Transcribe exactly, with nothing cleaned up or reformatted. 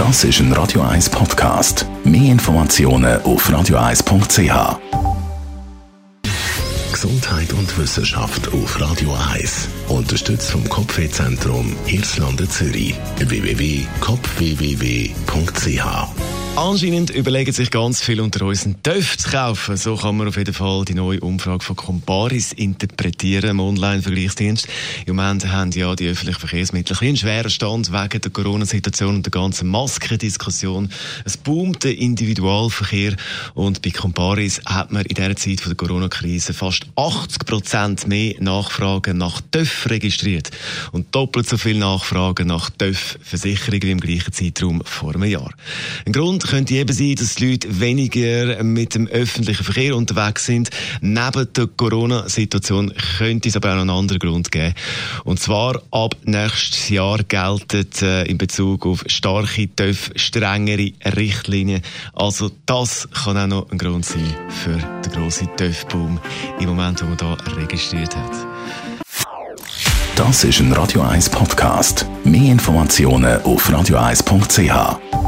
Das ist ein Radio eins Podcast. Mehr Informationen auf radio eins punkt c h. Gesundheit und Wissenschaft auf Radio eins. Unterstützt vom Kopfwehzentrum Irlande Zürich. w w w punkt kopfwww punkt c h. Anscheinend überlegen sich ganz viele unter uns, einen Töff zu kaufen. So kann man auf jeden Fall die neue Umfrage von Comparis interpretieren, im Online-Vergleichsdienst. Im Moment haben ja die öffentlichen Verkehrsmittel einen schweren Stand wegen der Corona-Situation und der ganzen Maskendiskussion. Es boomt der Individualverkehr und bei Comparis hat man in dieser Zeit der Corona-Krise fast achtzig Prozent mehr Nachfragen nach Töff registriert und doppelt so viel Nachfragen nach Töff-Versicherungen wie im gleichen Zeitraum vor einem Jahr. Ein Grund könnte eben sein, dass die Leute weniger mit dem öffentlichen Verkehr unterwegs sind. Neben der Corona-Situation könnte es aber auch noch einen anderen Grund geben. Und zwar ab nächstes Jahr gelten äh, in Bezug auf starke Töff strengere Richtlinien. Also das kann auch noch ein Grund sein für den grossen Töff-Boom im Moment, wo man da registriert hat. Das ist ein Radio eins Podcast. Mehr Informationen auf radio eins punkt c h.